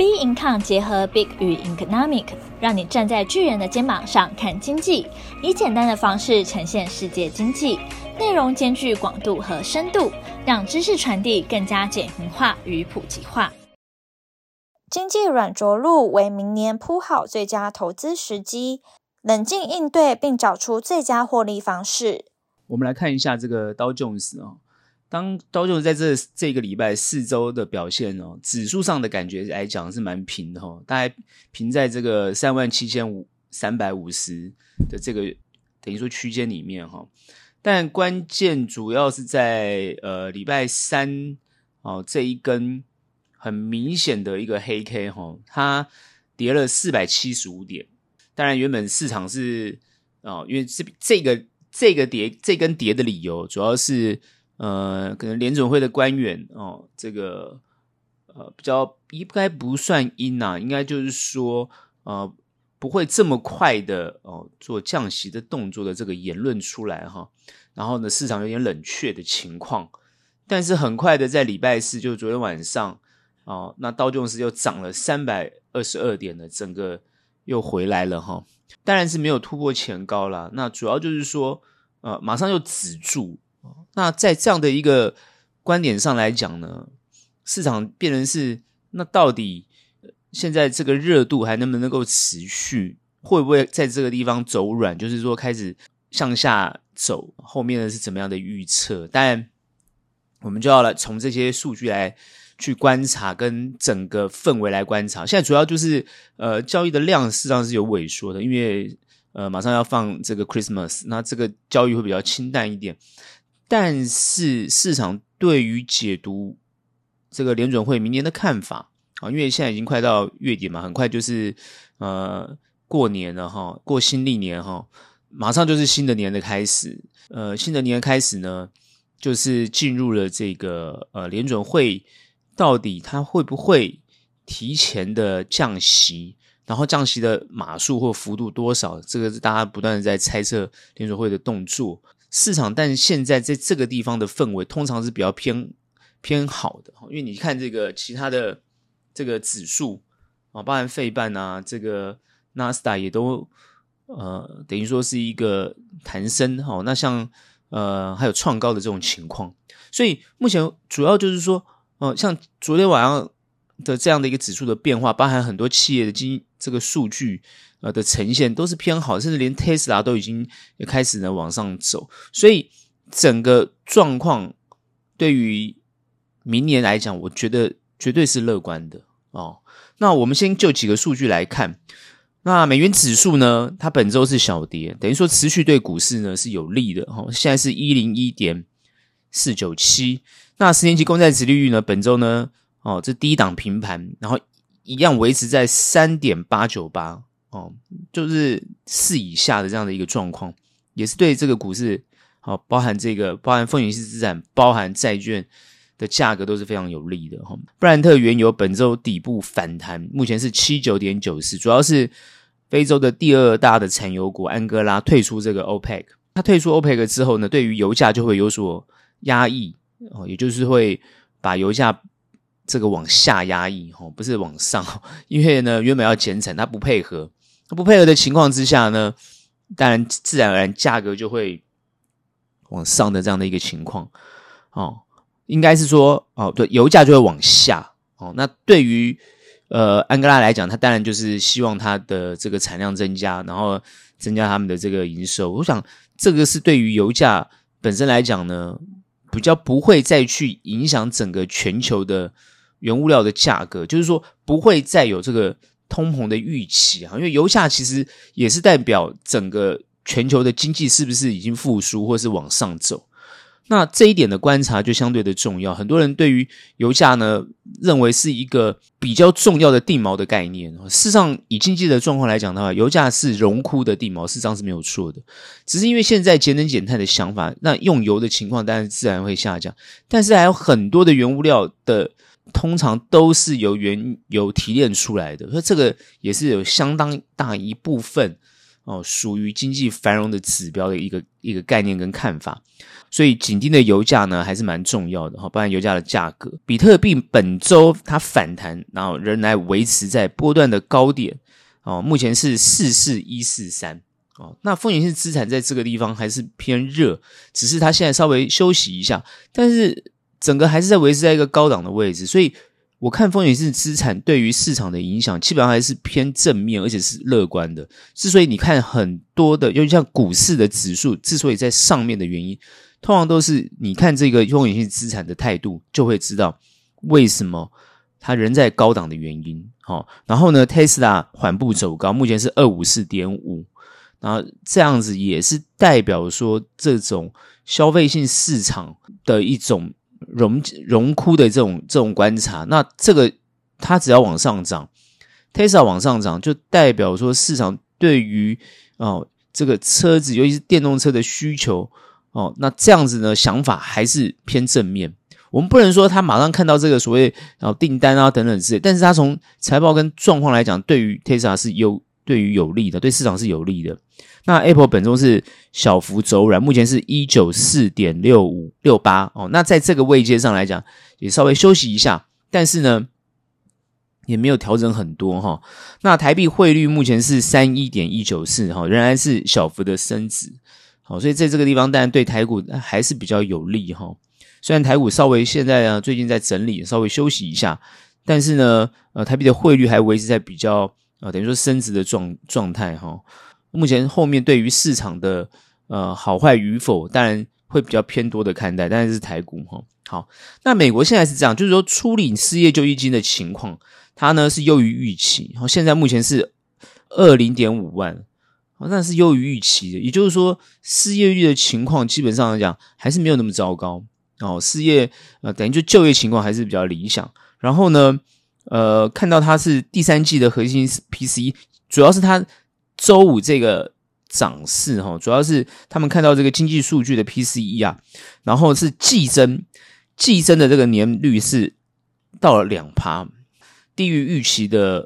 B Income 结合 Big 与 Economic， 让你站在巨人的肩膀上看经济，以简单的方式呈现世界经济，内容兼具广度和深度，让知识传递更加简明化与普及化。 经济软着陆为明年铺好最佳投资时机，冷静应对并找出最佳获利方式。 我们来看一下这个道琼斯当道琼斯在这个礼拜4周的表现指数上的感觉来讲是蛮平的大概平在这个37,350的这个等于说区间里面但关键主要是在礼拜3这一根很明显的一个黑 K 它跌了475点。当然原本市场是因为这根跌的理由主要是可能联准会的官员这个比较应该不算阴应该就是说不会这么快的做降息的动作的这个言论出来然后呢市场有点冷却的情况，但是很快的在礼拜4就昨天晚上那道琼斯又涨了322点了，整个又回来了当然是没有突破前高啦，那主要就是说马上又止住。那在这样的一个观点上来讲呢，市场变成是那到底现在这个热度还能不能够持续，会不会在这个地方走软，就是说开始向下走，后面的是怎么样的预测。当然我们就要来从这些数据来去观察跟整个氛围来观察。现在主要就是交易的量事实上是有萎缩的，因为马上要放这个 Christmas， 那这个交易会比较清淡一点。但是市场对于解读这个联准会明年的看法因为现在已经快到月底嘛，很快就是过年了过新历年马上就是新的年的开始。新的年的开始呢，就是进入了这个联准会到底它会不会提前的降息，然后降息的码数或幅度多少，这个是大家不断的在猜测联准会的动作。市场但现在在这个地方的氛围通常是比较偏好的，因为你看这个其他的这个指数包含费半这个纳斯达也都等于说是一个弹升那像还有创高的这种情况。所以目前主要就是说像昨天晚上的这样的一个指数的变化，包含很多企业的这个数据的呈现都是偏好，甚至连 Tesla 都已经开始呢往上走。所以整个状况对于明年来讲，我觉得绝对是乐观的那我们先就几个数据来看。那美元指数呢，它本周是小跌，等于说持续对股市呢是有利的现在是 101.497。那10年期公债殖利率呢，本周呢这低档平盘，然后一样维持在 3.898就是4以下的这样的一个状况，也是对这个股市包含风险性资产，包含债券的价格都是非常有利的布兰特原油本周底部反弹，目前是 79.94， 主要是非洲的第二大的产油国安哥拉退出这个 OPEC。 它退出 OPEC 之后呢，对于油价就会有所压抑也就是会把油价这个往下压抑不是往上因为呢原本要减产，它不配合的情况之下呢，当然自然而然价格就会往上的这样的一个情况应该是说对，油价就会往下那对于安哥拉来讲，它当然就是希望它的这个产量增加，然后增加他们的这个营收。我想这个是对于油价本身来讲呢，比较不会再去影响整个全球的原物料的价格，就是说不会再有这个通膨的预期因为油价其实也是代表整个全球的经济是不是已经复苏或是往上走。那这一点的观察就相对的重要，很多人对于油价呢认为是一个比较重要的定锚的概念。事实上以经济的状况来讲的话，油价是荣枯的定锚，事实上是没有错的，只是因为现在节能减碳的想法，那用油的情况当然自然会下降，但是还有很多的原物料的通常都是由原油提炼出来的，所以这个也是有相当大一部分属于经济繁荣的指标的一个概念跟看法。所以紧盯的油价呢还是蛮重要的，包含油价的价格。比特币本周它反弹，然后仍然维持在波段的高点，目前是44143。那风险性资产在这个地方还是偏热，只是它现在稍微休息一下，但是整个还是在维持在一个高档的位置，所以我看风险性资产对于市场的影响基本上还是偏正面，而且是乐观的。之所以你看很多的尤其像股市的指数之所以在上面的原因，通常都是你看这个风险性资产的态度就会知道为什么它仍在高档的原因。然后呢 Tesla 缓步走高，目前是 254.5， 然后这样子也是代表说这种消费性市场的一种荣枯的这种观察。那这个它只要往上涨， Tesla 往上涨就代表说市场对于这个车子尤其是电动车的需求那这样子呢想法还是偏正面。我们不能说他马上看到这个所谓订单等等之类，但是他从财报跟状况来讲，对于 Tesla 是对于有利的，对市场是有利的。那 Apple 本周是小幅走软，目前是 194.68 那在这个位阶上来讲也稍微休息一下，但是呢也没有调整很多那台币汇率目前是 31.194 仍然是小幅的升值。所以在这个地方当然对台股还是比较有利虽然台股稍微现在最近在整理，稍微休息一下，但是呢台币的汇率还维持在比较等于说升值的状态目前后面对于市场的好坏与否当然会比较偏多的看待，但是台股好，那美国现在是这样，就是说初领失业救济金的情况它呢是优于预期，现在目前是 20.5 万，那是优于预期的，也就是说失业率的情况基本上来讲还是没有那么糟糕失业等于就就业情况还是比较理想。然后呢看到它是第三季的核心 PCE， 主要是它周五这个涨势主要是他们看到这个经济数据的 PCE 然后是季增的这个年率是到了 2%， 低于预期的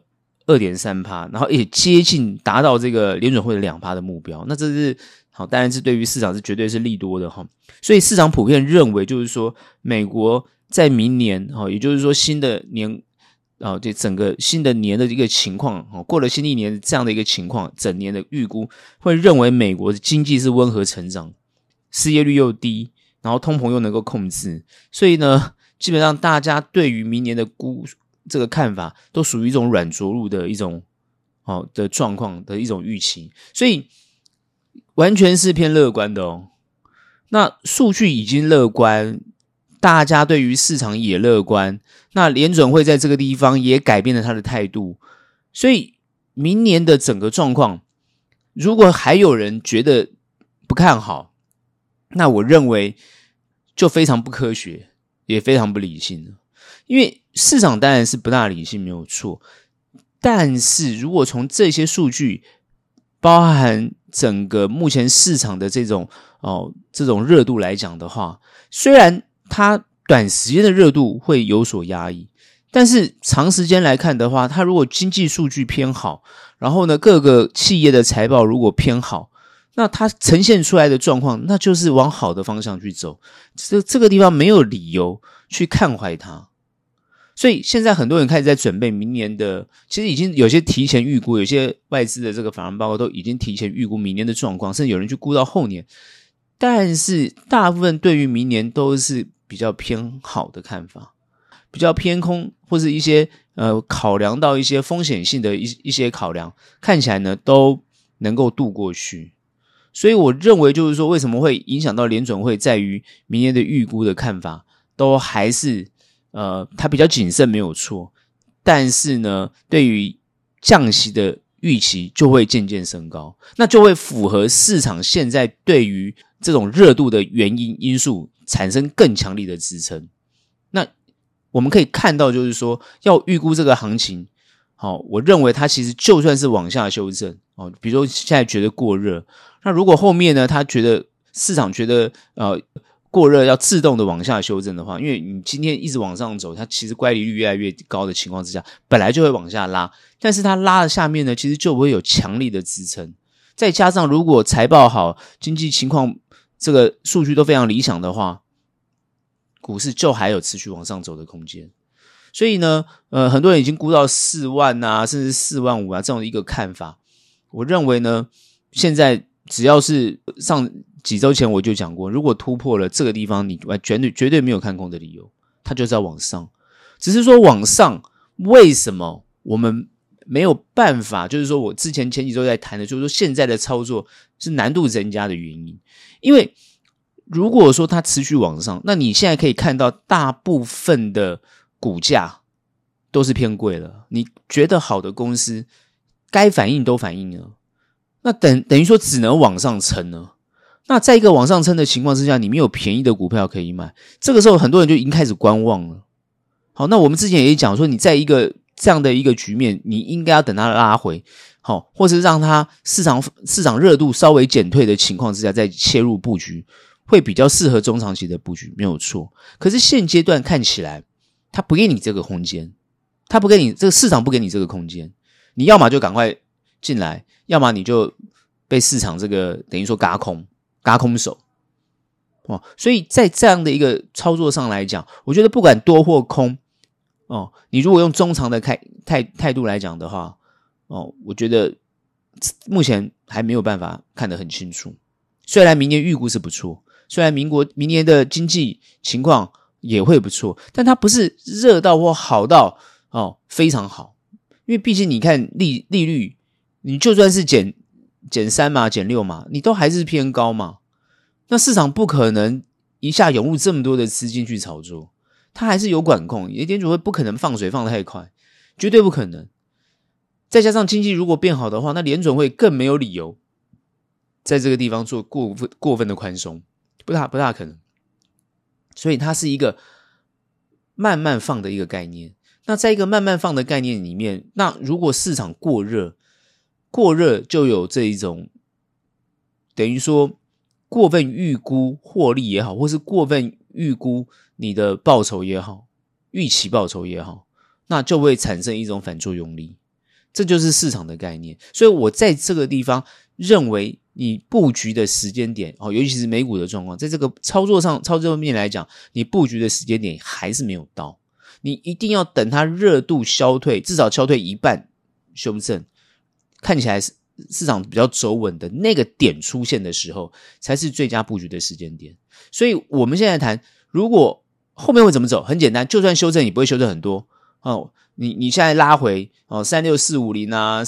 2.3%， 然后也接近达到这个联准会的 2% 的目标。那这是当然是对于市场是绝对是利多的所以市场普遍认为就是说美国在明年也就是说新的年这整个新的年的一个情况过了新的一年这样的一个情况，整年的预估会认为美国的经济是温和成长，失业率又低，然后通膨又能够控制，所以呢基本上大家对于明年的这个看法都属于一种软着陆的一种的状况的一种预期，所以完全是偏乐观的那数据已经乐观，大家对于市场也乐观，那联准会在这个地方也改变了他的态度，所以明年的整个状况如果还有人觉得不看好，那我认为就非常不科学也非常不理性，因为市场当然是不大理性没有错，但是如果从这些数据包含整个目前市场的这种热度来讲的话，虽然它短时间的热度会有所压抑，但是长时间来看的话，它如果经济数据偏好，然后呢各个企业的财报如果偏好，那它呈现出来的状况那就是往好的方向去走，这个地方没有理由去看坏它。所以现在很多人开始在准备明年的，其实已经有些提前预估，有些外资的这个法人报告都已经提前预估明年的状况，甚至有人去估到后年，但是大部分对于明年都是比较偏好的看法，比较偏空，或是一些考量到一些风险性的一些考量，看起来呢都能够度过去。所以我认为就是说为什么会影响到联准会在于明年的预估的看法都还是它比较谨慎没有错，但是呢对于降息的预期就会渐渐升高，那就会符合市场现在对于这种热度的原因素产生更强力的支撑。那我们可以看到就是说要预估这个行情我认为它其实就算是往下修正比如说现在觉得过热，那如果后面呢他觉得市场觉得过热要自动的往下修正的话，因为你今天一直往上走，它其实乖离率越来越高的情况之下本来就会往下拉，但是它拉的下面呢其实就不会有强力的支撑， 再加上如果财报好，经济情况这个数据都非常理想的话，股市就还有持续往上走的空间。所以呢很多人已经估到4万啊甚至4万5啊这种一个看法。我认为呢现在只要是上几周前我就讲过，如果突破了这个地方，你绝对没有看空的理由，它就是要往上。只是说往上为什么我们没有办法，就是说我前几周在谈的，就是说现在的操作是难度增加的原因。因为如果说它持续往上，那你现在可以看到大部分的股价都是偏贵了，你觉得好的公司该反应都反应了，那等于说只能往上撑了。那在一个往上撑的情况之下，你没有便宜的股票可以买，这个时候很多人就已经开始观望了。好，那我们之前也讲说，你在一个这样的一个局面，你应该要等它拉回，好，或是让它市场热度稍微减退的情况之下再切入布局，会比较适合中长期的布局，没有错。可是现阶段看起来，它不给你这个空间，它不给你这个市场不给你这个空间，你要么就赶快进来，要么你就被市场这个等于说軋空手。所以在这样的一个操作上来讲，我觉得不管多或空你如果用中长的态度来讲的话我觉得目前还没有办法看得很清楚。虽然明年预估是不错，虽然明年的经济情况也会不错，但它不是热到或好到非常好。因为毕竟你看利率，你就算是减3嘛减6嘛，你都还是偏高嘛。那市场不可能一下涌入这么多的资金去炒作，它还是有管控，联储会不可能放水放得太快，绝对不可能。再加上经济如果变好的话，那联准会更没有理由在这个地方做过分的宽松，不大可能。所以它是一个慢慢放的一个概念。那在一个慢慢放的概念里面，那如果市场过热就有这一种等于说过分预估获利也好，或是过分预估你的报酬也好，预期报酬也好，那就会产生一种反作用力。这就是市场的概念。所以我在这个地方认为你布局的时间点尤其是美股的状况，在这个操作面来讲，你布局的时间点还是没有到。你一定要等它热度消退，至少消退一半修正，看起来市场比较走稳的那个点出现的时候，才是最佳布局的时间点。所以我们现在谈如果后面会怎么走，很简单，就算修正也不会修正很多你现在拉回36450啊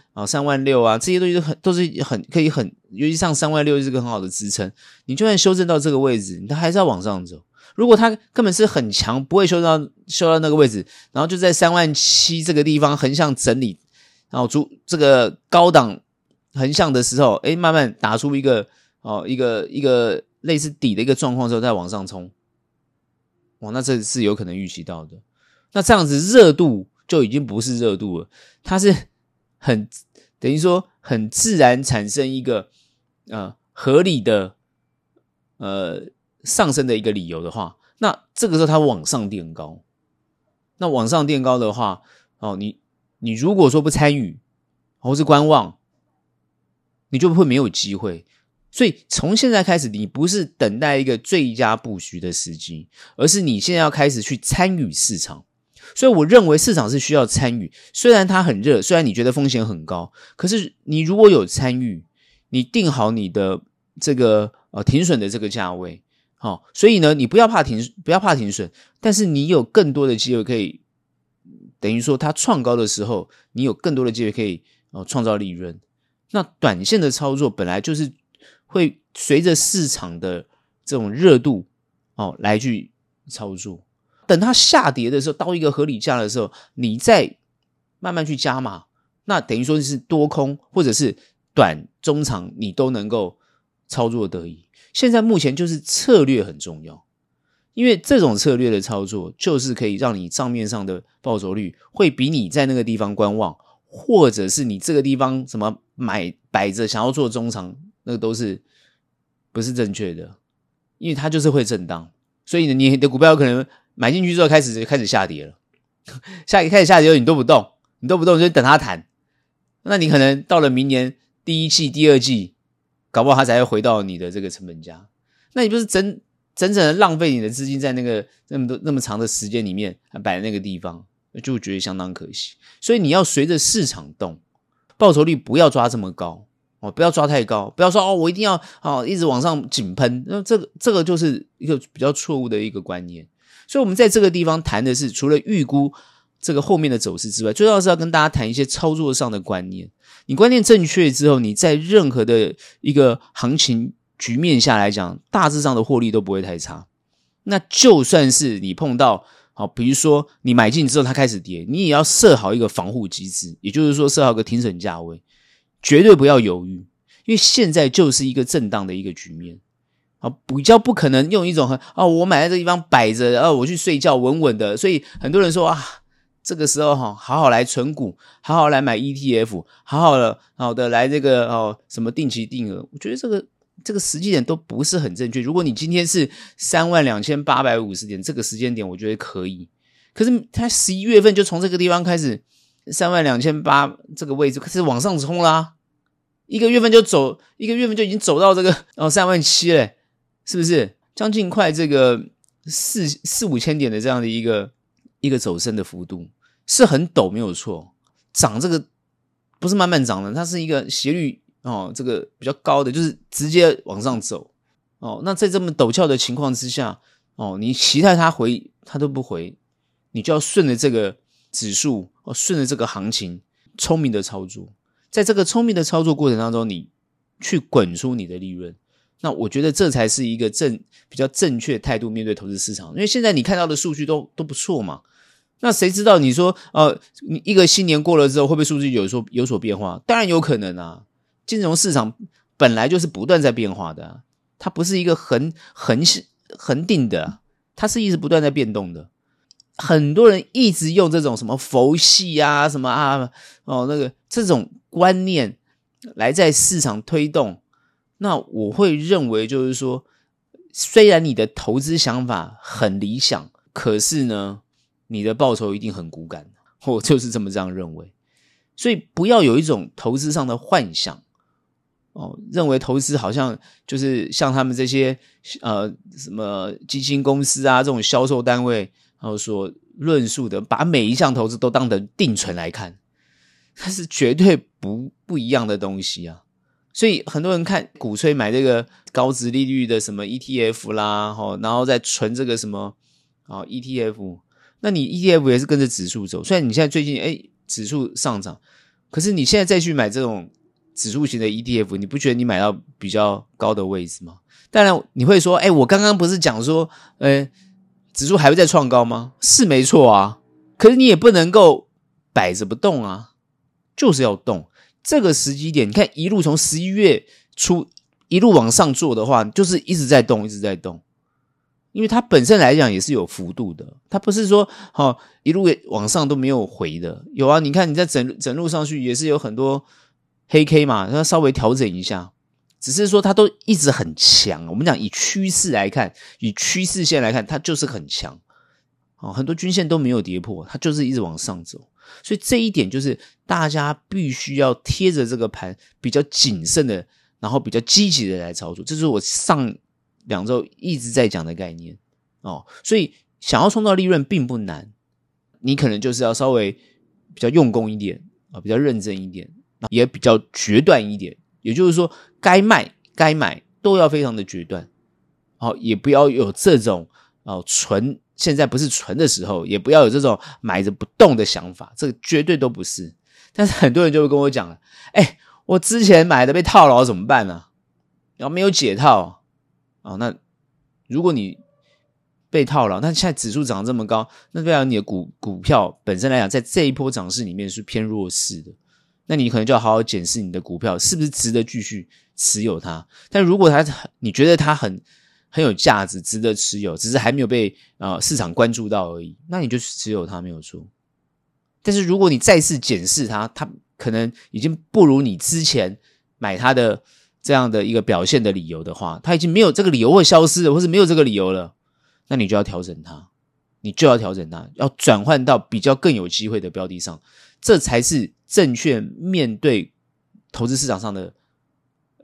3万6啊，这些东西都是很可以很，尤其上3万6是个很好的支撑。你就算修正到这个位置，你还是要往上走。如果它根本是很强，不会修到那个位置，然后就在3万7这个地方横向整理，然后这个高档横向的时候慢慢打出一个类似底的一个状况之后再往上冲，那这是有可能预期到的。那这样子热度就已经不是热度了，它是等于说很自然产生一个合理的上升的一个理由的话，那这个时候它往上垫高。那往上垫高的话你如果说不参与或是观望，你就会没有机会。所以从现在开始，你不是等待一个最佳布局的时机，而是你现在要开始去参与市场。所以我认为市场是需要参与，虽然它很热，虽然你觉得风险很高，可是你如果有参与，你定好你的这个停损的这个价位所以呢你不要怕停损，但是你有更多的机会可以等于说它创高的时候，你有更多的机会可以创造利润。那短线的操作本来就是会随着市场的这种热度来去操作，等它下跌的时候，到一个合理价的时候，你再慢慢去加码，那等于说是多空或者是短中长你都能够操作得宜。现在目前就是策略很重要，因为这种策略的操作就是可以让你账面上的报酬率会比你在那个地方观望，或者是你这个地方什么摆着想要做中长，那个都是不是正确的，因为它就是会震荡。所以呢，你的股票可能买进去之后开始下跌了，开始下跌你都不动，就等它弹。那你可能到了明年第一季、第二季，搞不好它才会回到你的这个成本价。那你不是整整的浪费你的资金在那个那么长的时间里面摆在那个地方，就觉得相当可惜。所以你要随着市场动，报酬率不要抓这么高不要抓太高，不要说我一定要一直往上井喷，那这个就是一个比较错误的一个观念。所以我们在这个地方谈的是，除了预估这个后面的走势之外，最重要是要跟大家谈一些操作上的观念。你观念正确之后，你在任何的一个行情局面下来讲，大致上的获利都不会太差。那就算是你碰到比如说你买进之后它开始跌，你也要设好一个防护机制，也就是说设好一个停损价位，绝对不要犹豫，因为现在就是一个震荡的一个局面比较不可能用一种我买在这地方摆着我去睡觉稳稳的。所以很多人说这个时候好好来存股，好好来买 ETF， 好的来这个什么定期定额，我觉得这个时机点都不是很正确。如果你今天是32,850点这个时间点，我觉得可以。可是它11月份就从这个地方开始32,800这个位置开始往上冲啦，1个月份就已经走到这个37,000了，是不是？将近快这个4-5千点的这样的一个走升的幅度，是很陡没有错。涨这个不是慢慢涨的，它是一个斜率这个比较高的，就是直接往上走那在这么陡峭的情况之下你期待它回它都不回，你就要顺着这个指数顺着这个行情聪明的操作。在这个聪明的操作过程当中，你去滚出你的利润，那我觉得这才是一个比较正确的态度面对投资市场。因为现在你看到的数据都不错嘛，那谁知道你说你一个新年过了之后会不会数据有所变化？当然有可能啊，金融市场本来就是不断在变化的它不是一个恒定的它是一直不断在变动的。很多人一直用这种什么佛系什么那个这种观念来在市场推动，那我会认为就是说，虽然你的投资想法很理想，可是呢你的报酬一定很骨感，我就是这样认为。所以不要有一种投资上的幻想认为投资好像就是像他们这些什么基金公司这种销售单位所论述的，把每一项投资都当成定存来看，它是绝对不一样的东西所以很多人鼓吹买这个高殖利率的什么 ETF 啦然后再存这个什么ETF， 那你 ETF 也是跟着指数走，虽然你现在最近指数上涨，可是你现在再去买这种指数型的 ETF， 你不觉得你买到比较高的位置吗？当然你会说我刚刚不是讲说指数还会再创高吗？是没错可是你也不能够摆着不动就是要动。这个时机点你看一路从11月初一路往上做的话，就是一直在动一直在动，因为它本身来讲也是有幅度的，它不是说一路往上都没有回的。有你看你在整路上去也是有很多黑 K 嘛，它稍微调整一下，只是说它都一直很强。我们讲以趋势来看，以趋势线来看，它就是很强很多均线都没有跌破，它就是一直往上走。所以这一点就是大家必须要贴着这个盘比较谨慎的，然后比较积极的来操作，这是我上2周一直在讲的概念所以想要创造利润并不难，你可能就是要稍微比较用功一点比较认真一点，也比较决断一点，也就是说该卖该买都要非常的决断也不要有这种现在不是存的时候，也不要有这种买着不动的想法，这个绝对都不是。但是很多人就会跟我讲了我之前买的被套牢怎么办呢？然后没有解套那如果你被套牢，那现在指数涨这么高，那代表你的股票本身来讲在这一波涨势里面是偏弱势的，那你可能就要好好检视你的股票是不是值得继续持有它。但如果你觉得它很有价值值得持有，只是还没有被市场关注到而已，那你就持有它没有错。但是如果你再次检视它可能已经不如你之前买它的这样的一个表现的理由的话，它已经没有这个理由或消失了，或是没有这个理由了，那你就要调整它，要转换到比较更有机会的标的上，这才是正确面对投资市场上的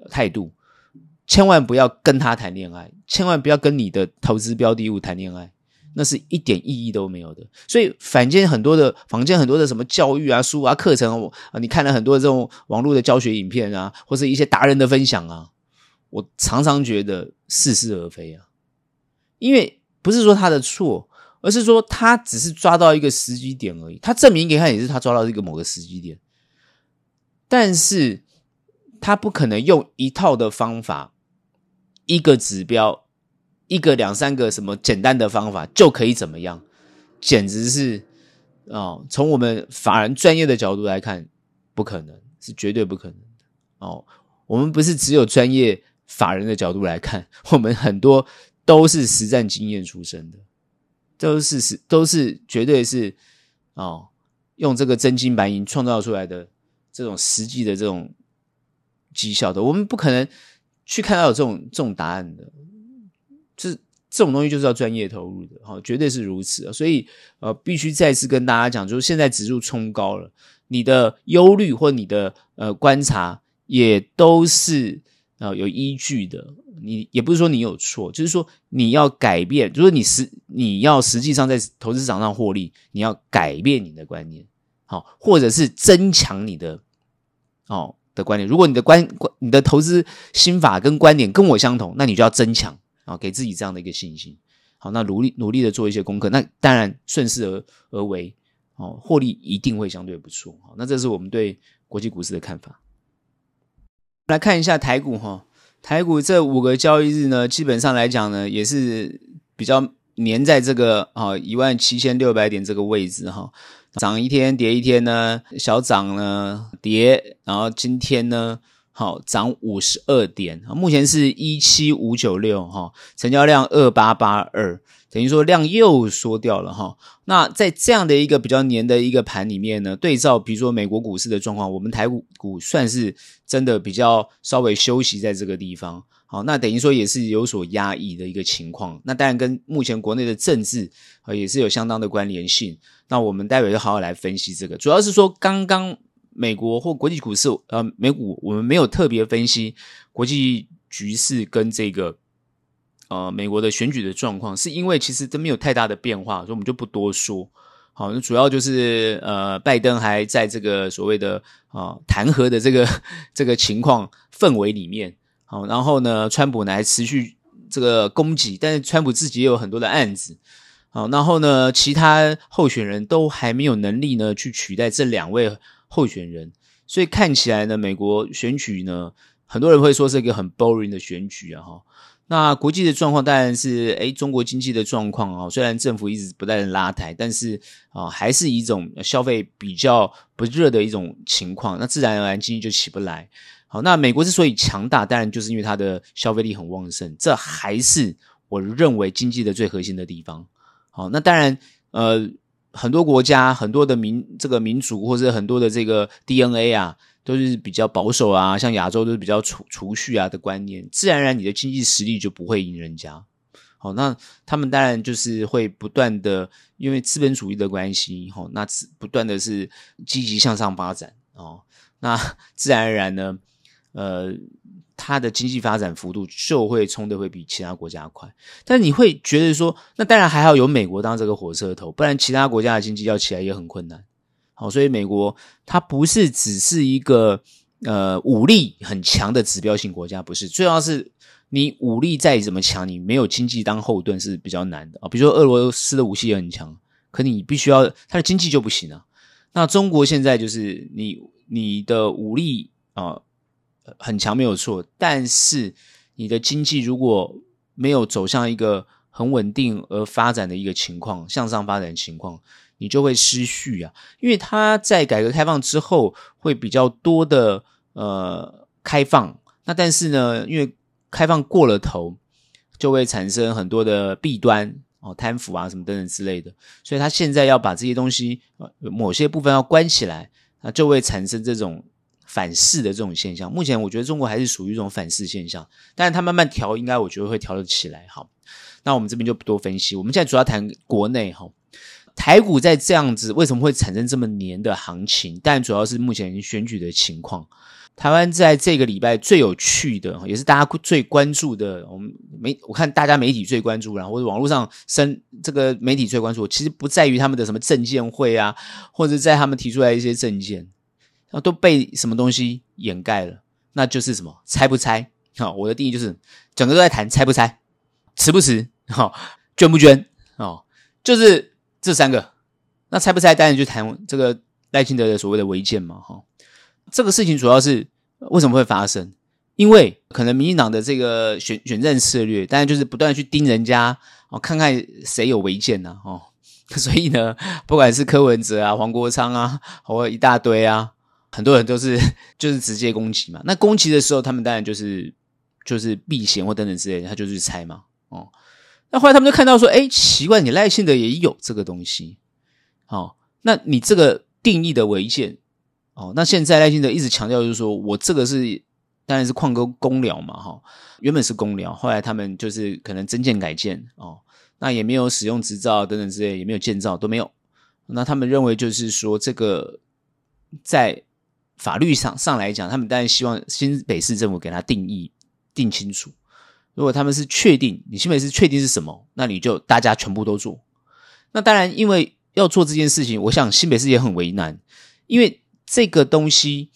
态度，千万不要跟他谈恋爱，千万不要跟你的投资标的物谈恋爱，那是一点意义都没有的。所以坊间很多的什么教育啊、书啊、课程啊，你看了很多这种网络的教学影片啊，或是一些达人的分享啊，我常常觉得似是而非啊。因为不是说他的错，而是说他只是抓到一个时机点而已，他证明给他也是他抓到一个某个时机点，但是他不可能用一套的方法，一个指标，一个两三个什么简单的方法就可以怎么样，简直是从我们法人专业的角度来看，不可能，是绝对不可能的我们不是只有专业法人的角度来看，我们很多都是实战经验出身的，都是绝对是用这个真金白银创造出来的这种实际的这种绩效的，我们不可能去看到有这种答案的，这种东西就是要专业投入的，绝对是如此所以必须再次跟大家讲，就是现在指数冲高了，你的忧虑或你的观察也都是有依据的，你也不是说你有错，就是说你要改变，就是你要实际上在投资市场上获利，你要改变你的观念，或者是增强你的观念。如果你的投资心法跟观点跟我相同，那你就要增强给自己这样的一个信心。好，那努力的做一些功课，那当然顺势而为，获利一定会相对不错。那这是我们对国际股市的看法。来看一下台股台股这5个交易日呢，基本上来讲呢，也是比较黏在这个17600点这个位置涨一天跌一天呢，小涨呢跌，然后今天呢涨52点，目前是17596成交量2882，等于说量又缩掉了那在这样的一个比较黏的一个盘里面呢，对照比如说美国股市的状况，我们台股算是真的比较稍微休息在这个地方，那等于说也是有所压抑的一个情况，那当然跟目前国内的政治也是有相当的关联性，那我们待会就好好来分析这个，主要是说刚刚美国或国际股市美股我们没有特别分析国际局势跟这个美国的选举的状况，是因为其实都没有太大的变化，所以我们就不多说。好，那主要就是拜登还在这个所谓的弹劾的这个情况氛围里面，好，然后呢川普呢还持续这个攻击，但是川普自己也有很多的案子，好，然后呢其他候选人都还没有能力呢去取代这2位候选人，所以看起来呢美国选举呢很多人会说是一个很 boring 的选举那国际的状况当然是中国经济的状况虽然政府一直不断的拉抬，但是还是一种消费比较不热的一种情况，那自然而然经济就起不来。好，那美国之所以强大，当然就是因为它的消费力很旺盛，这还是我认为经济的最核心的地方。好，那当然很多国家很多的这个民族或者很多的这个 DNA 都是比较保守像亚洲都是比较储蓄的观念，自然而然你的经济实力就不会赢人家。好，那他们当然就是会不断的因为资本主义的关系那不断的是积极向上发展那自然而然呢它的经济发展幅度就会冲的会比其他国家快，但你会觉得说那当然还好有美国当这个火车头，不然其他国家的经济要起来也很困难。好，所以美国它不是只是一个武力很强的指标性国家，不是，最重要是你武力再怎么强，你没有经济当后盾是比较难的比如说俄罗斯的武器也很强，可你必须要它的经济就不行那中国现在就是你的武力很强没有错，但是你的经济如果没有走向一个很稳定而发展的一个情况，向上发展的情况，你就会失序因为它在改革开放之后会比较多的开放，那但是呢因为开放过了头就会产生很多的弊端贪腐什么等等之类的，所以它现在要把这些东西某些部分要关起来，那就会产生这种反噬的这种现象。目前我觉得中国还是属于一种反噬现象，但是它慢慢调应该我觉得会调得起来。好，那我们这边就不多分析，我们现在主要谈国内台股在这样子为什么会产生这么黏的行情，但主要是目前选举的情况。 台湾在这个礼拜最有趣的，也是大家最关注的，我看大家媒体最关注，然后或者网络上这个媒体最关注，其实不在于他们的什么政见会啊，或者在他们提出来一些政见，都被什么东西掩盖了，那就是什么拆不拆。我的定义就是整个都在谈拆不拆，辞不辞，捐不捐，就是这3个。那拆不拆当然就谈这个赖清德的所谓的违建嘛。这个事情主要是为什么会发生？因为可能民进党的这个选战策略当然就是不断地去盯人家，看看谁有违建啊。所以呢，不管是柯文哲啊、黄国昌啊，或一大堆啊，很多人都是就是直接攻击嘛。那攻击的时候他们当然就是避嫌或等等之类的，他就去拆嘛。那后来他们就看到说，奇怪，你赖清德也有这个东西。那你这个定义的违建，那现在赖清德一直强调就是说，我这个是当然是矿工公寮嘛，原本是公寮，后来他们就是可能增建改建，那也没有使用执照等等之类，也没有建造都没有。那他们认为就是说，这个在法律上来讲，他们当然希望新北市政府给他定义定清楚。如果他们是确定，你新北市确定是什么，那你就大家全部都做。那当然因为要做这件事情，我想新北市也很为难，因为这个东西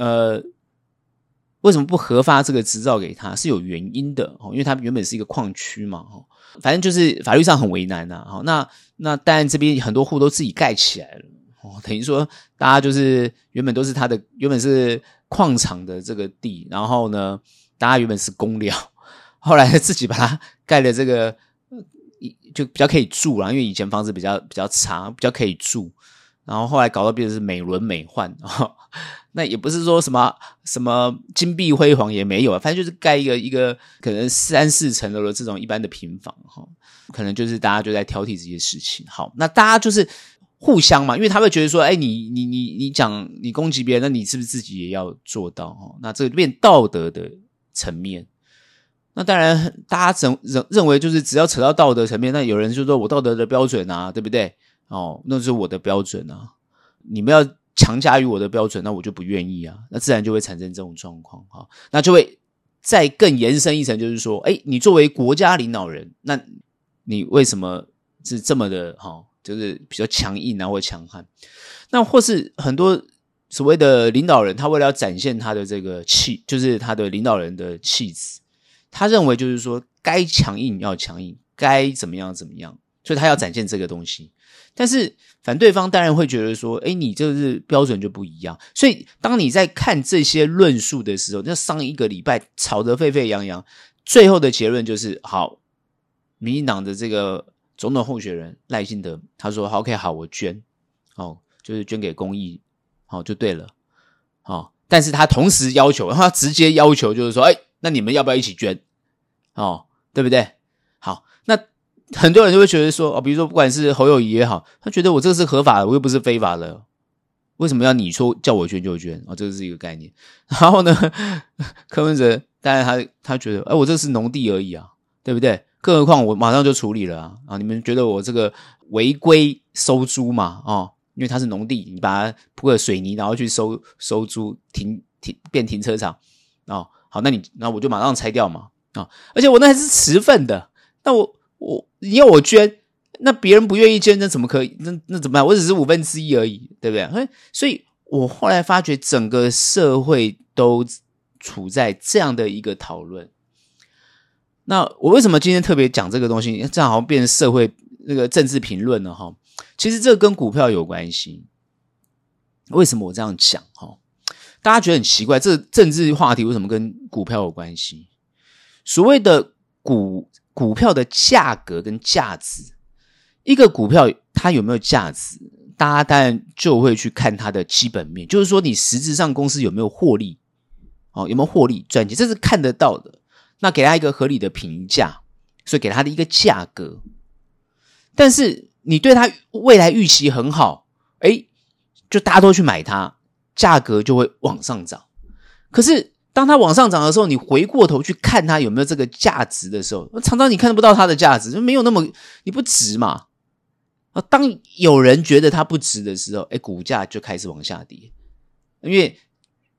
为什么不核发这个执照给他是有原因的，因为他原本是一个矿区嘛，反正就是法律上很为难啊。那当然这边很多户都自己盖起来了，等于说大家就是原本都是他的，原本是矿场的这个地，然后呢大家原本是公寮，后来自己把它盖了这个就比较可以住啦，因为以前房子比较差，比较可以住，然后后来搞到变成是美轮美奂，那也不是说什么金碧辉煌也没有，反正就是盖一个可能3-4层楼的这种一般的平房，可能就是大家就在挑剔这些事情。好，那大家就是互相嘛，因为他会觉得说，你讲你攻击别人，那你是不是自己也要做到？那这个变道德的层面。那当然大家认为就是只要扯到道德层面，那有人就说我道德的标准啊，对不对？那就是我的标准啊，你们要强加于我的标准，那我就不愿意啊，那自然就会产生这种状况。那就会再更延伸一层，就是说你作为国家领导人，那你为什么是这么的就是比较强硬啊或强悍？那或是很多所谓的领导人，他为了要展现他的这个就是他的领导人的气质，他认为就是说该强硬要强硬，该怎么样怎么样，所以他要展现这个东西。但是反对方当然会觉得说，你这个标准就不一样。所以当你在看这些论述的时候，那上一个礼拜吵得沸沸扬扬，最后的结论就是好，民进党的这个总统候选人赖清德他说 OK 好，我捐，就是捐给公益，就对了。但是他同时要求，他直接要求就是说，那你们要不要一起捐？对不对？好，那很多人就会觉得说，比如说不管是侯友宜也好，他觉得我这个是合法的，我又不是非法的，为什么要你说叫我捐就捐？这个是一个概念。然后呢，柯文哲当然他觉得，我这是农地而已啊，对不对？更何况我马上就处理了啊！你们觉得我这个违规收租嘛？因为它是农地，你把它铺个水泥，然后去收租变停车场好，那我就马上拆掉嘛而且我那还是持份的，那你要我捐，那别人不愿意捐，那怎么可以？那怎么办？我只是1/5而已，对不对？所以我后来发觉整个社会都处在这样的一个讨论。那我为什么今天特别讲这个东西？这样好像变成社会那个政治评论了哈。其实这个跟股票有关系。为什么我这样讲哈？大家觉得很奇怪，这个政治话题为什么跟股票有关系？所谓的股票的价格跟价值，一个股票它有没有价值，大家当然就会去看它的基本面，就是说你实质上公司有没有获利，有没有获利赚钱，这是看得到的。那给它一个合理的评价，所以给它的一个价格。但是你对它未来预期很好，就大家都去买它，价格就会往上涨。可是当它往上涨的时候，你回过头去看它有没有这个价值的时候，常常你看不到它的价值，没有那么你不值嘛。当有人觉得它不值的时候，股价就开始往下跌，因为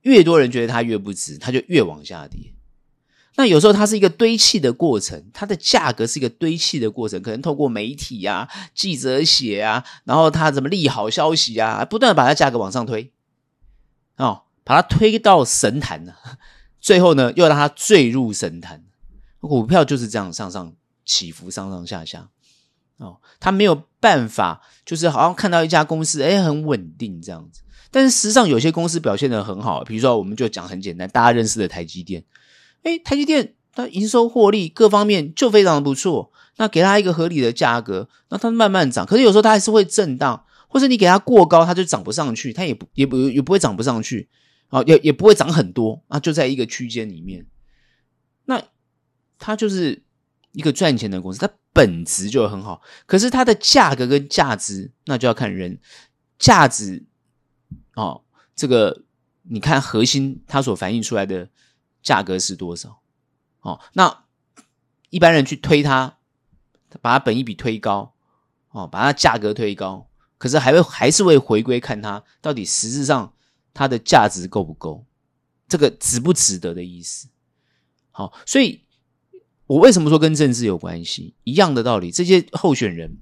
越多人觉得它越不值，它就越往下跌。那有时候它是一个堆砌的过程，它的价格是一个堆砌的过程，可能透过媒体啊、记者写啊，然后它怎么利好消息啊，不断的把它价格往上推，把它推到神坛了，最后呢又让它坠入神坛。股票就是这样上上起伏，上上下下。它没有办法，就是好像看到一家公司很稳定这样子，但是实际上有些公司表现得很好，比如说我们就讲很简单，大家认识的台积电，台积电它营收获利各方面就非常的不错，那给它一个合理的价格，那它慢慢涨，可是有时候它还是会震荡，或者你给它过高它就涨不上去，它也不会涨不上去，也不会涨很多，就在一个区间里面。那它就是一个赚钱的公司，它本质就很好，可是它的价格跟价值那就要看人价值这个你看核心它所反映出来的价格是多少那一般人去推它，把它本益比推高把它价格推高，可是还是会回归看它到底实质上它的价值够不够，这个值不值得的意思。所以我为什么说跟政治有关系？一样的道理，这些候选人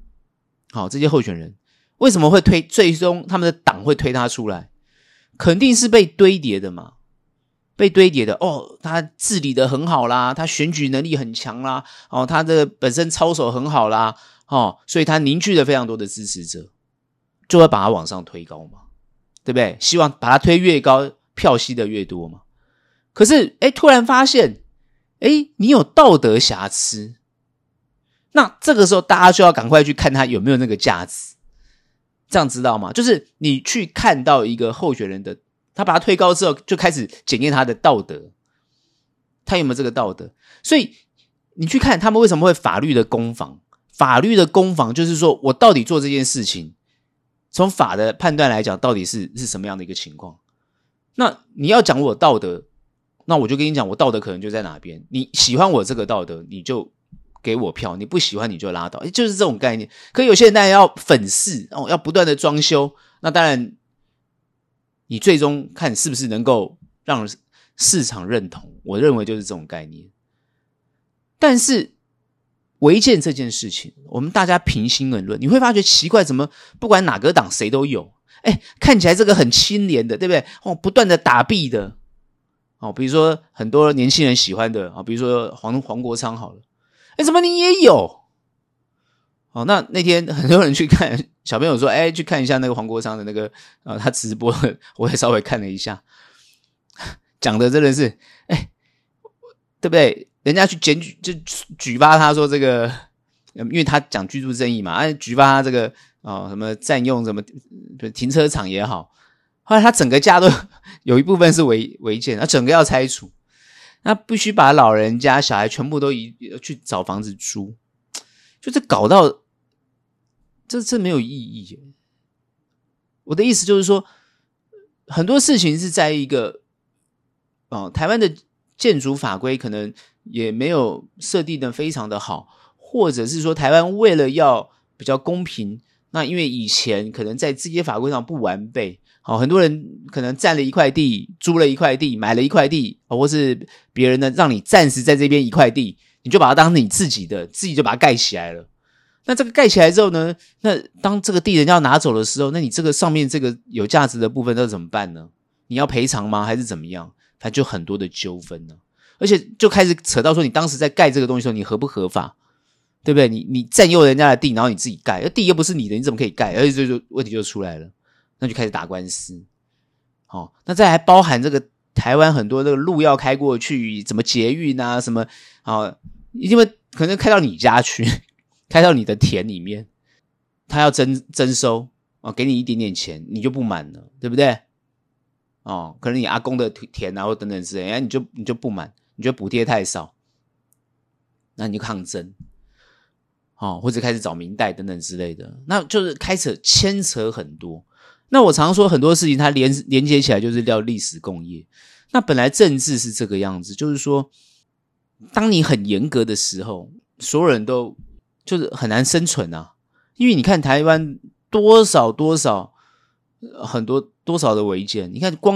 为什么会最终他们的党会推他出来？肯定是被堆叠的嘛，被堆叠的他治理的很好啦，他选举能力很强啦，他的本身操守很好啦，所以他凝聚了非常多的支持者，就会把他往上推高嘛，对不对？希望把他推越高，票吸的越多嘛。可是突然发现你有道德瑕疵，那这个时候大家就要赶快去看他有没有那个价值，这样知道吗？就是你去看到一个候选人的，他把他推高之后就开始检验他的道德，他有没有这个道德。所以你去看他们为什么会法律的攻防，法律的攻防就是说我到底做这件事情从法的判断来讲到底是什么样的一个情况。那你要讲我道德，那我就跟你讲我道德可能就在哪边，你喜欢我这个道德你就给我票，你不喜欢你就拉倒，就是这种概念。可有些人当然要粉饰要不断的装修，那当然你最终看是不是能够让市场认同，我认为就是这种概念。但是违建这件事情我们大家平心而论，你会发觉奇怪，怎么不管哪个党谁都有看起来这个很清廉的，对不对不断的打弊的比如说很多年轻人喜欢的比如说黄国昌好了，怎么你也有那天很多人去看，小朋友说去看一下那个黄国昌的那个他直播，我也稍微看了一下，讲的真的是对不对？人家去检举就举发他说这个因为他讲居住正义嘛举发他这个什么占用什么停车场也好，后来他整个家都有一部分是违建，他整个要拆除，那必须把老人家小孩全部都去找房子租，就是搞到这没有意义耶。我的意思就是说很多事情是在一个台湾的建筑法规可能也没有设定的非常的好，或者是说台湾为了要比较公平，那因为以前可能在这些法规上不完备很多人可能占了一块地，租了一块地，买了一块地或是别人呢让你暂时在这边一块地，你就把它当你自己的，自己就把它盖起来了。那这个盖起来之后呢，那当这个地人要拿走的时候，那你这个上面这个有价值的部分那怎么办呢？你要赔偿吗？还是怎么样？反正就很多的纠纷呢，而且就开始扯到说你当时在盖这个东西的时候你合不合法，对不对？你占用人家的地，然后你自己盖，而地又不是你的，你怎么可以盖？而且这就问题就出来了，那就开始打官司。那再还包含这个台湾很多这个路要开过去，怎么捷运啊什么因为可能开到你家去，开到你的田里面，他要征收给你一点点钱，你就不满了，对不对？可能你阿公的田啊或等等之类，你就不满，你觉得补贴太少，那你就抗争或者开始找民代等等之类的，那就是牵扯很多。那我常说很多事情它连接起来就是叫历史共业。那本来政治是这个样子，就是说当你很严格的时候，所有人都就是很难生存啊。因为你看台湾多少很多的违建，你看光这个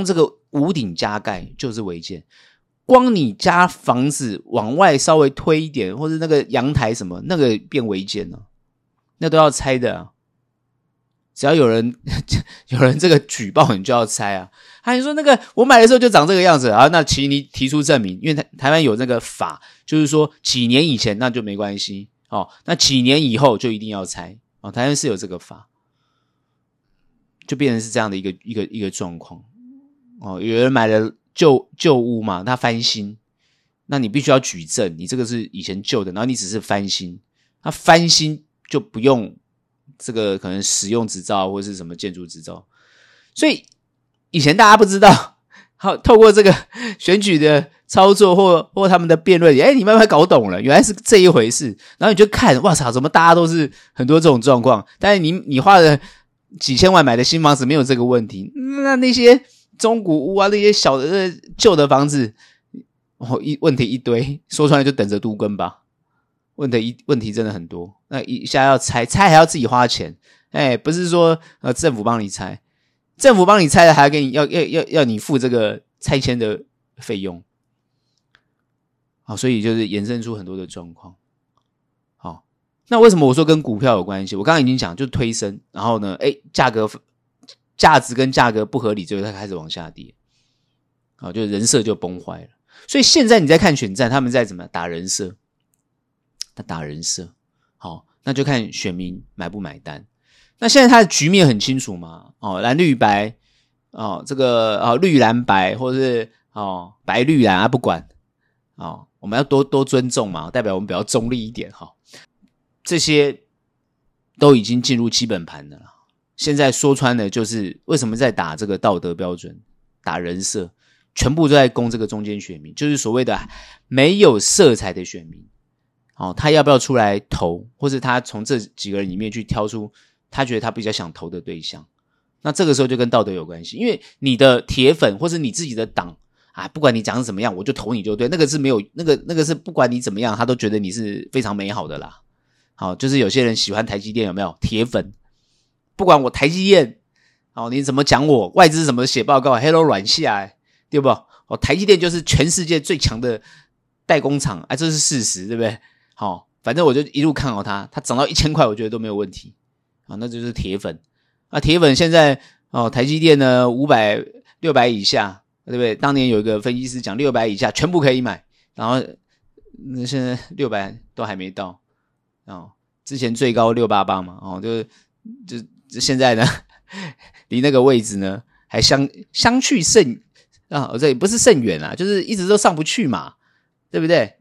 屋顶加盖就是违建。光你家房子往外稍微推一点，或者那个阳台什么，那个变违建了，那都要拆的啊。只要有人这个举报，你就要拆啊。他就说那个我买的时候就长这个样子啊，那请你提出证明，因为台湾有那个法，就是说几年以前那就没关系哦，那几年以后就一定要拆哦。台湾是有这个法，就变成是这样的一个状况哦。有人买了旧屋嘛，他翻新，那你必须要举证，你这个是以前旧的，然后你只是翻新，他翻新就不用这个可能使用执照或是什么建筑执照，所以以前大家不知道，好，透过这个选举的操作或他们的辩论，你慢慢搞懂了，原来是这一回事，然后你就看，哇操，怎么大家都是很多这种状况，但是你花了几千万买的新房子没有这个问题，那些中古屋啊，那些小的旧的房子，问题一堆，说出来就等着都更吧。问题真的很多，那一下要拆还要自己花钱，不是说政府帮你拆，政府帮你拆了还要给你要你付这个拆迁的费用，好，所以就是衍生出很多的状况。好，那为什么我说跟股票有关系？我刚刚已经讲，就推升，然后呢，价值跟价格不合理，最后它开始往下跌，好，就人设就崩坏了。所以现在你在看选战，他们在怎么打人设？打人设，好，那就看选民买不买单。那现在他的局面很清楚嘛，蓝绿白，这个绿蓝白，或者是白绿蓝啊，不管，我们要多尊重嘛，代表我们比较中立一点哈。这些都已经进入基本盘的了。现在说穿了，就是为什么在打这个道德标准，打人设，全部都在攻这个中间选民，就是所谓的没有色彩的选民。他要不要出来投，或是他从这几个人里面去挑出他觉得他比较想投的对象，那这个时候就跟道德有关系，因为你的铁粉或是你自己的党啊，不管你讲怎么样，我就投你就对，那个是没有那个是不管你怎么样，他都觉得你是非常美好的啦。好，就是有些人喜欢台积电，有没有铁粉？不管我台积电，你怎么讲我，外资怎么写报告，黑都软下，对不？台积电就是全世界最强的代工厂，这是事实，对不对？好，反正我就一路看好它涨到1000块，我觉得都没有问题。那就是铁粉。铁粉现在台积电呢500、600以下，对不对？当年有一个分析师讲600以下全部可以买，然后现在600都还没到。之前最高688嘛，就现在呢离那个位置呢还相去甚这也不是甚远啊，就是一直都上不去嘛，对不对？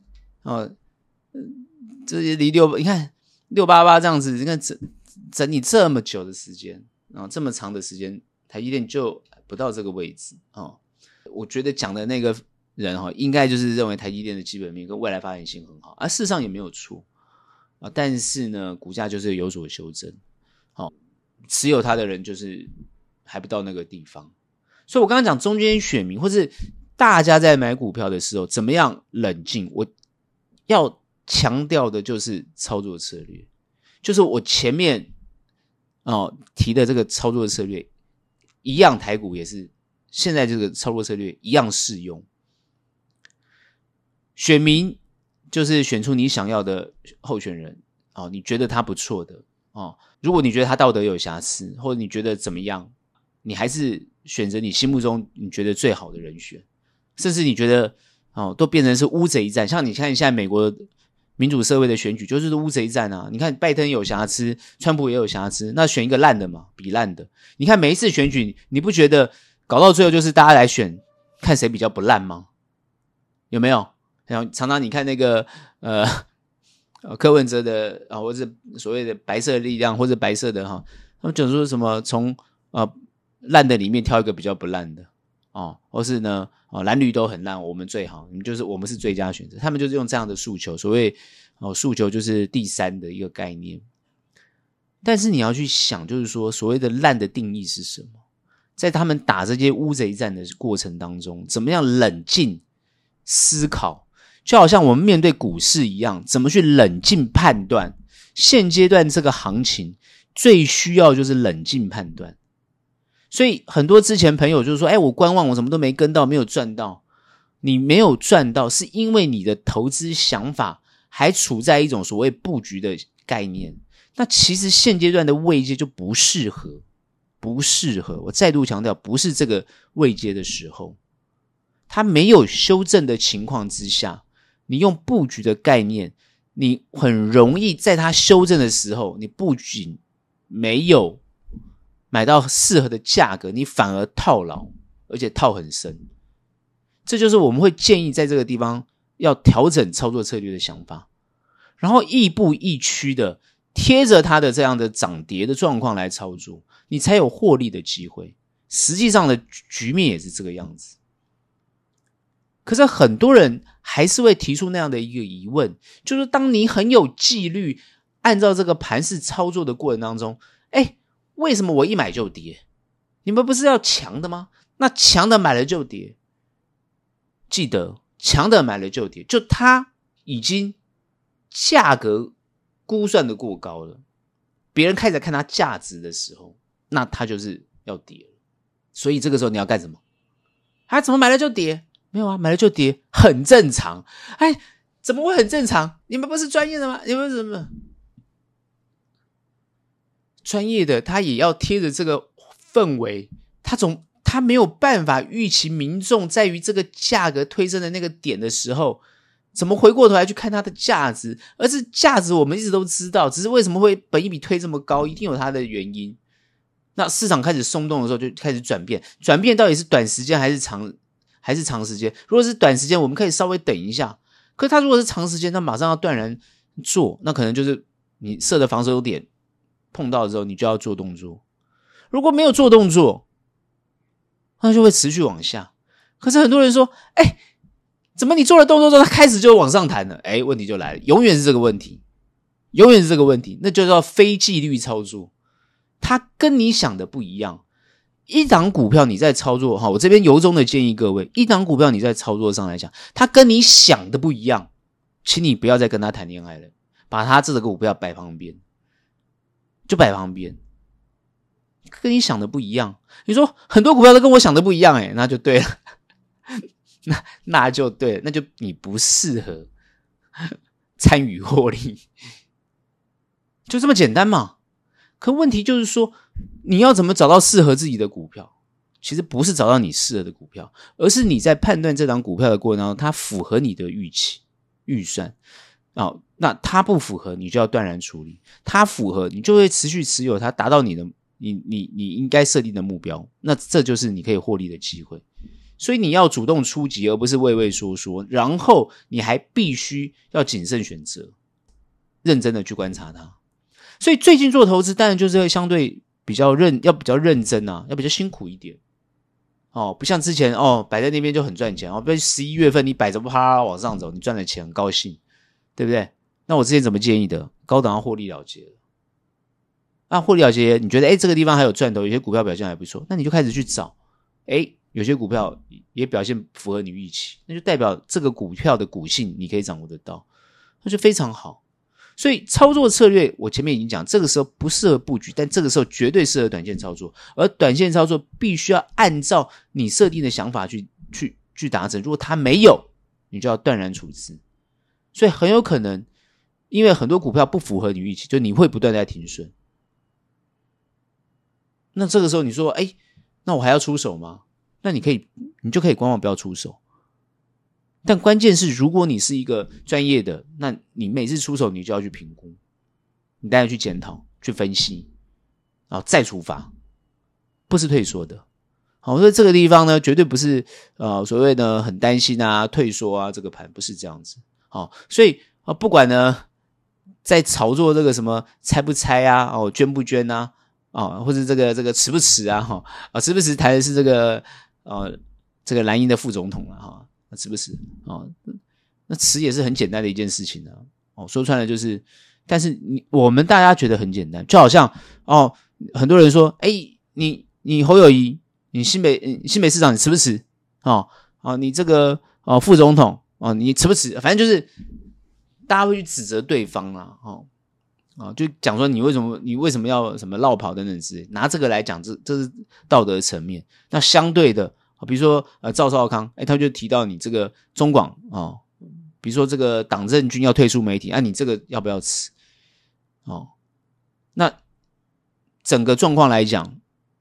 这离你看688这样子，你看整理这么久的时间，这么长的时间，台积电就不到这个位置。我觉得讲的那个人应该就是认为台积电的基本面跟未来发展性很好，事实上也没有错但是呢，股价就是有所修正。持有它的人就是还不到那个地方，所以我刚刚讲中间选民或是大家在买股票的时候怎么样冷静，我要强调的就是操作策略，就是我前面提的这个操作策略一样，台股也是现在这个操作策略一样适用。选民就是选出你想要的候选人你觉得他不错的如果你觉得他道德有瑕疵，或者你觉得怎么样，你还是选择你心目中你觉得最好的人选，甚至你觉得都变成是乌贼战。像你看现在美国民主社会的选举就是乌贼战啊，你看拜登有瑕疵，川普也有瑕疵，那选一个烂的嘛，比烂的。你看每一次选举，你不觉得搞到最后就是大家来选看谁比较不烂吗？有没有？常常你看那个柯文哲的或者所谓的白色力量或者白色的他们讲说什么从烂的里面挑一个比较不烂的或是呢蓝绿都很烂，我们最好，我们是最佳选择。他们就是用这样的诉求，所谓诉求就是第三的一个概念。但是你要去想，就是说所谓的烂的定义是什么？在他们打这些乌贼战的过程当中，怎么样冷静思考？就好像我们面对股市一样，怎么去冷静判断？现阶段这个行情最需要就是冷静判断。 所以很多之前朋友就是说，我观望，我什么都没跟到，没有赚到。你没有赚到，是因为你的投资想法还处在一种所谓布局的概念。那其实现阶段的位阶就不适合。我再度强调，不是这个位阶的时候。它没有修正的情况之下，你用布局的概念，你很容易在它修正的时候，你不仅没有买到适合的价格，你反而套牢，而且套很深。这就是我们会建议在这个地方要调整操作策略的想法，然后亦步亦趋的贴着它的这样的涨跌的状况来操作，你才有获利的机会。实际上的局面也是这个样子。可是很多人还是会提出那样的一个疑问，就是当你很有纪律按照这个盘势操作的过程当中，为什么我一买就跌？你们不是要强的吗？那强的买了就跌。记得强的买了就跌，就它已经价格估算的过高了，别人开始看它价值的时候，那它就是要跌了。所以这个时候你要干什么？怎么买了就跌？没有啊，买了就跌，很正常。怎么会很正常？你们不是专业的吗？你们什么专业的？他也要贴着这个氛围，他没有办法预期民众在于这个价格推升的那个点的时候，怎么回过头来去看它的价值？而是价值我们一直都知道，只是为什么会本益比推这么高，一定有它的原因。那市场开始松动的时候，就开始转变，转变到底是短时间还是长时间？如果是短时间，我们可以稍微等一下。可是它如果是长时间，那马上要断然做，那可能就是你设的防守点碰到之后，你就要做动作。如果没有做动作，那就会持续往下。可是很多人说，怎么你做了动作之后，它开始就往上弹了？问题就来了，永远是这个问题，那就叫非纪律操作。它跟你想的不一样。一档股票你在操作，我这边由衷的建议各位，一档股票你在操作上来讲，它跟你想的不一样，请你不要再跟它谈恋爱了，把它这个股票摆旁边，就摆旁边。跟你想的不一样，你说很多股票都跟我想的不一样，那就对了，那就对了，那就你不适合参与获利，就这么简单嘛。可问题就是说，你要怎么找到适合自己的股票？其实不是找到你适合的股票，而是你在判断这档股票的过程当中，它符合你的预期、预算。那它不符合，你就要断然处理；它符合，你就会持续持有它，达到你应该设定的目标。那这就是你可以获利的机会。所以你要主动出击，而不是畏畏缩缩。然后你还必须要谨慎选择，认真的去观察它。所以最近做投资当然就是会相对要比较认真啊，要比较辛苦一点。不像之前摆在那边就很赚钱。比如11月份你摆着啪往上走，你赚了钱很高兴，对不对？那我之前怎么建议的？高档要获利了结了。那获利了结，你觉得这个地方还有赚头，有些股票表现还不错，那你就开始去找。有些股票也表现符合你预期，那就代表这个股票的股性你可以掌握得到，那就非常好。所以操作策略我前面已经讲，这个时候不适合布局，但这个时候绝对适合短线操作，而短线操作必须要按照你设定的想法去达成。如果它没有，你就要断然处置。所以很有可能因为很多股票不符合你预期，就你会不断在停损。那这个时候你说那我还要出手吗？那你就可以观望不要出手。但关键是，如果你是一个专业的，那你每次出手你就要去评估，你当然去检讨、去分析，然后再出发，不是退缩的。所以这个地方呢，绝对不是所谓的很担心啊、退缩啊，这个盘不是这样子。所以不管呢在炒作这个什么拆不拆啊、捐不捐啊、或者这个迟不迟啊、迟不迟谈的是这个蓝营的副总统啊那迟不迟那迟也是很简单的一件事情啊。说穿了就是，但是我们大家觉得很简单，就好像很多人说你侯友宜，你新北市长你迟不迟你这个副总统你迟不迟，反正就是大家会去指责对方啦就讲说你为什么要什么落跑等等之类，拿这个来讲，这是道德层面。那相对的，比如说赵少康，他就提到你这个中广比如说这个党政军要退出媒体，你这个要不要吃？那整个状况来讲，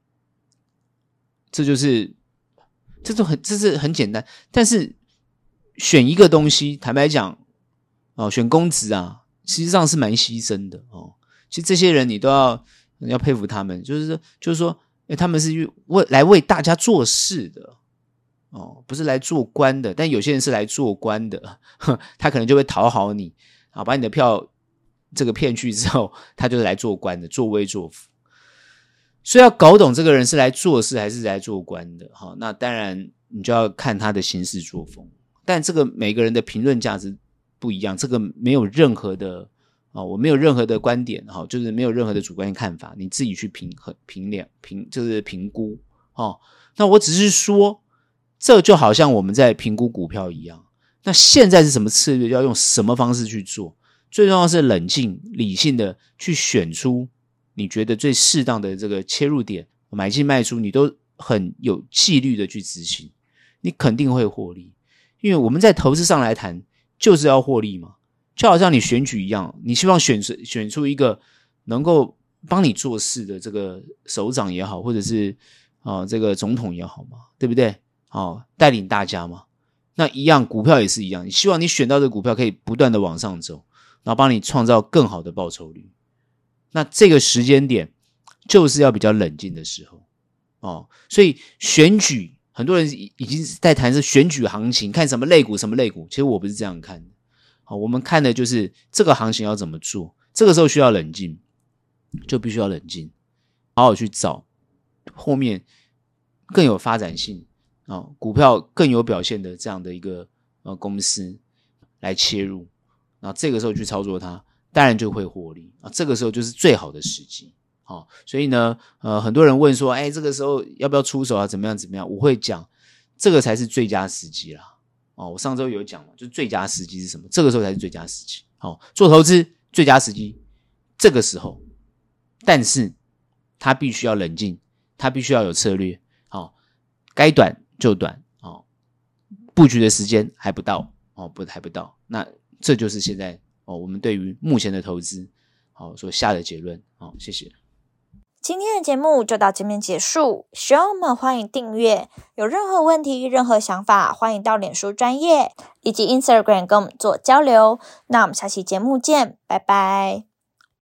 这是很简单，但是选一个东西，坦白讲，选公职啊，实际上是蛮牺牲的其实这些人你都要佩服他们，就是说，他们是来为大家做事的不是来做官的。但有些人是来做官的，他可能就会讨好你把你的票这个骗去之后，他就是来做官的，作威作福。所以要搞懂这个人是来做事还是来做官的那当然你就要看他的行事作风。但这个每个人的评论价值不一样，这个没有任何的我没有任何的观点就是没有任何的主观看法，你自己去就是评估那我只是说，这就好像我们在评估股票一样，那现在是什么策略，要用什么方式去做，最重要是冷静理性的去选出你觉得最适当的这个切入点，买进卖出你都很有纪律的去执行，你肯定会获利。因为我们在投资上来谈就是要获利嘛，就好像你选举一样，你希望选出一个能够帮你做事的这个首长也好，或者是这个总统也好嘛，对不对？带领大家嘛。那一样股票也是一样，你希望你选到这个股票可以不断的往上走，然后帮你创造更好的报酬率。那这个时间点就是要比较冷静的时候所以选举很多人已经在谈是选举行情，看什么类股什么类股，其实我不是这样看的我们看的就是这个行情要怎么做，这个时候需要冷静，就必须要冷静，好好去找后面更有发展性股票更有表现的这样的一个公司来切入，然后这个时候去操作它，当然就会获利这个时候就是最好的时机所以呢很多人问说这个时候要不要出手怎么样，我会讲这个才是最佳时机啦我上周有讲嘛，就是最佳时机是什么，这个时候才是最佳时机做投资最佳时机这个时候，但是它必须要冷静，它必须要有策略该短就短布局的时间还不到还不到，那这就是现在我们对于目前的投资所下的结论谢谢。 今天的节目就到这边结束，喜欢我们欢迎订阅，有任何问题任何想法欢迎到脸书专页以及 Instagram 跟我们做交流，那我们下期节目见，拜拜。